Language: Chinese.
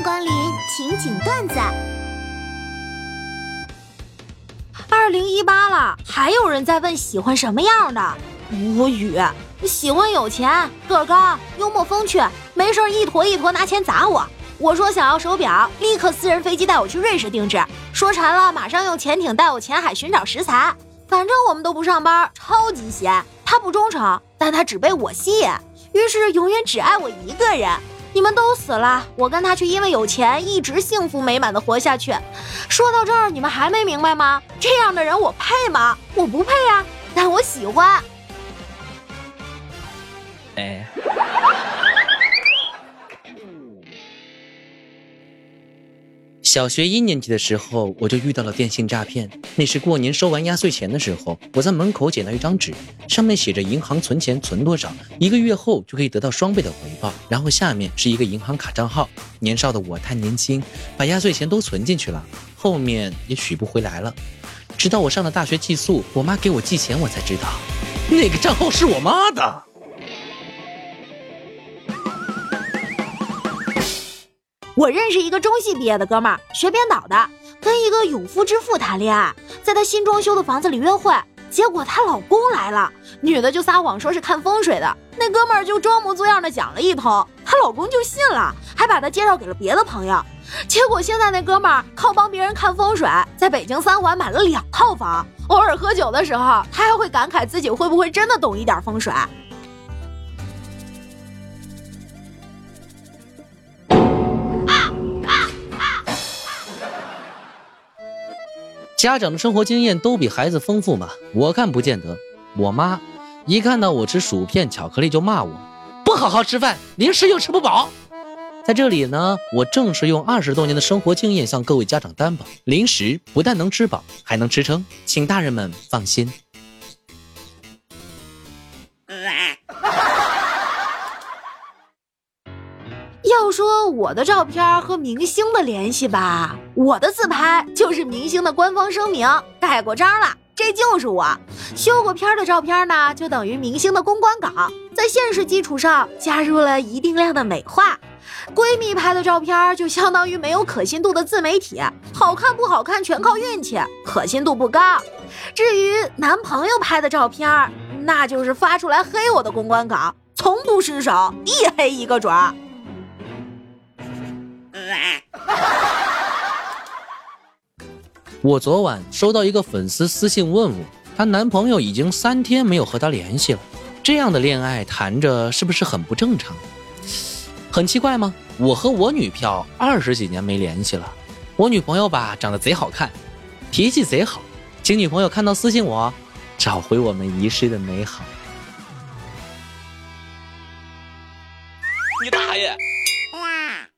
光临情景段子。 2018了，还有人在问喜欢什么样的？无语。喜欢有钱、个儿高、幽默风趣，没事一坨一坨拿钱砸我。我说想要手表，立刻私人飞机带我去瑞士定制。说馋了，马上用潜艇带我潜海寻找食材。反正我们都不上班，超级闲。他不忠诚，但他只被我吸引，于是永远只爱我一个人。你们都死了，我跟他却因为有钱一直幸福美满的活下去。说到这儿，你们还没明白吗？这样的人我配吗？我不配啊，但我喜欢。 小学1年级的时候，我就遇到了电信诈骗。那是过年收完压岁钱的时候，我在门口捡到一张纸，上面写着银行存钱存多少，1个月后就可以得到双倍的回报。然后下面是一个银行卡账号。年少的我太年轻，把压岁钱都存进去了，后面也取不回来了。直到我上了大学寄宿，我妈给我寄钱，我才知道那个账号是我妈的。 我认识一个中戏毕业的哥们儿，学编导的，跟一个有夫之妇谈恋爱，在他新装修的房子里约会，结果她老公来了，女的就撒谎说是看风水的，那哥们儿就装模作样的讲了一通，她老公就信了，还把她介绍给了别的朋友。结果现在那哥们儿靠帮别人看风水，在北京3环买了2套房，偶尔喝酒的时候，他还会感慨自己会不会真的懂一点风水。 家长的生活经验都比孩子丰富嘛？我看不见得。我妈一看到我吃薯片巧克力就骂我，不好好吃饭，零食又吃不饱。在这里呢，我正是用20多年的生活经验向各位家长担保，零食不但能吃饱，还能吃撑，请大人们放心。 要说我的照片和明星的联系吧，我的自拍就是明星的官方声明，盖过章了，这就是我。修过片的照片呢，就等于明星的公关稿，在现实基础上加入了一定量的美化。闺蜜拍的照片就相当于没有可信度的自媒体，好看不好看全靠运气，可信度不高。至于男朋友拍的照片，那就是发出来黑我的公关稿，从不失手，一黑一个准儿。 我昨晚收到一个粉丝私信问我，她男朋友已经3天没有和她联系了，这样的恋爱谈着是不是很不正常？很奇怪吗？我和我女票20几年没联系了，我女朋友吧长得贼好看，脾气贼好，请女朋友看到私信我，找回我们遗失的美好。 你大爷！